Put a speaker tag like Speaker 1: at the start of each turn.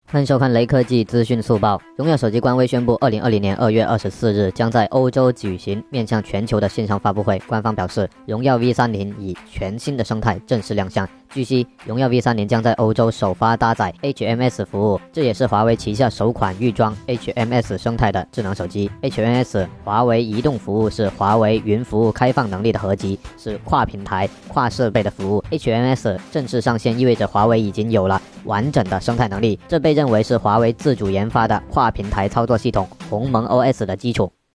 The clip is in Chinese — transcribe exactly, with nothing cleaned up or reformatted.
Speaker 1: 欢迎收看雷科技资讯速报。荣耀手机官微宣布，二零二零年二月二十四日将在欧洲举行面向全球的线上发布会。官方表示，荣耀 V 三零 以全新的生态正式亮相。据悉，荣耀 V 三零 将在欧洲首发搭载 H M S 服务，这也是华为旗下首款预装 H M S 生态的智能手机。H M S 华为移动服务是华为云服务开放能力的合集，是跨平台、跨设备的服务。H M S 正式上线意味着华为已经有了完整的生态能力，这被认为是华为自主研发的跨平台操作系统鸿蒙 O S 的基础。